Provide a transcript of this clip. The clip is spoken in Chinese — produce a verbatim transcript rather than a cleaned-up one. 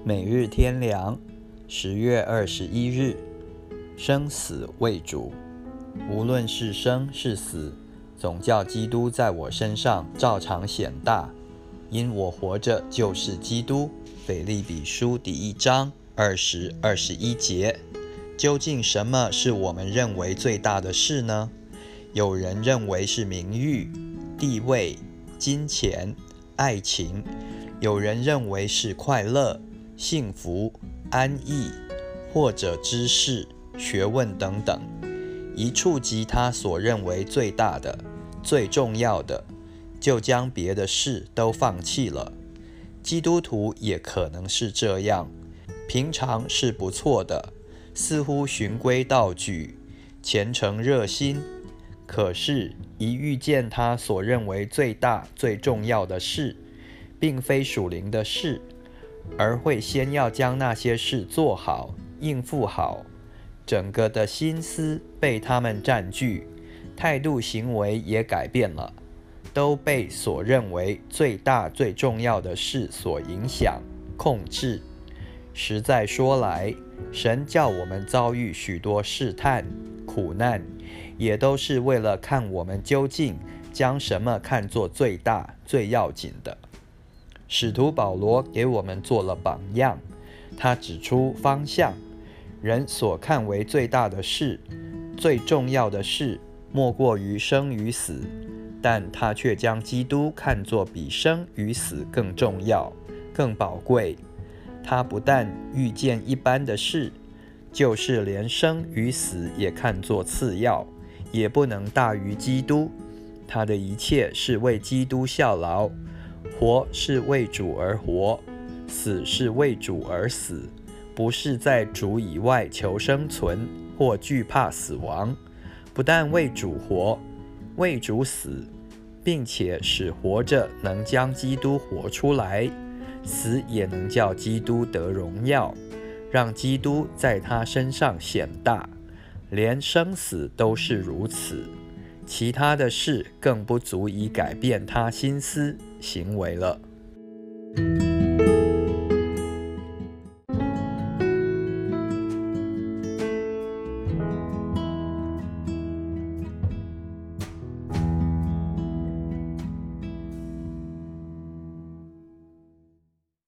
每日天良，十月二十一日，生死为主，无论是生是死，总叫基督在我身上照常显大，因我活着就是基督。腓立比书第一章二十、二十一节。究竟什么是我们认为最大的事呢？有人认为是名誉、地位、金钱、爱情；有人认为是快乐、幸福、安逸，或者知识、学问等等。一触及他所认为最大的、最重要的，就将别的事都放弃了。基督徒也可能是这样，平常是不错的，似乎循规蹈矩，虔诚热心，可是一遇见他所认为最大最重要的事，并非属灵的事，而会先要将那些事做好，应付好，整个的心思被他们占据，态度行为也改变了，都被所认为最大最重要的事所影响控制。实在说来，神叫我们遭遇许多试探苦难，也都是为了看我们究竟将什么看作最大最要紧的。使徒保罗给我们做了榜样，他指出方向，人所看为最大的事，最重要的事，莫过于生与死，但他却将基督看作比生与死更重要、更宝贵。他不但遇见一般的事，就是连生与死也看作次要，也不能大于基督。他的一切是为基督效劳，活是为主而活，死是为主而死，不是在主以外求生存或惧怕死亡。不但为主活，为主死，并且使活着能将基督活出来，死也能叫基督得荣耀，让基督在他身上显大。连生死都是如此，其他的事更不足以改变他心思行为了。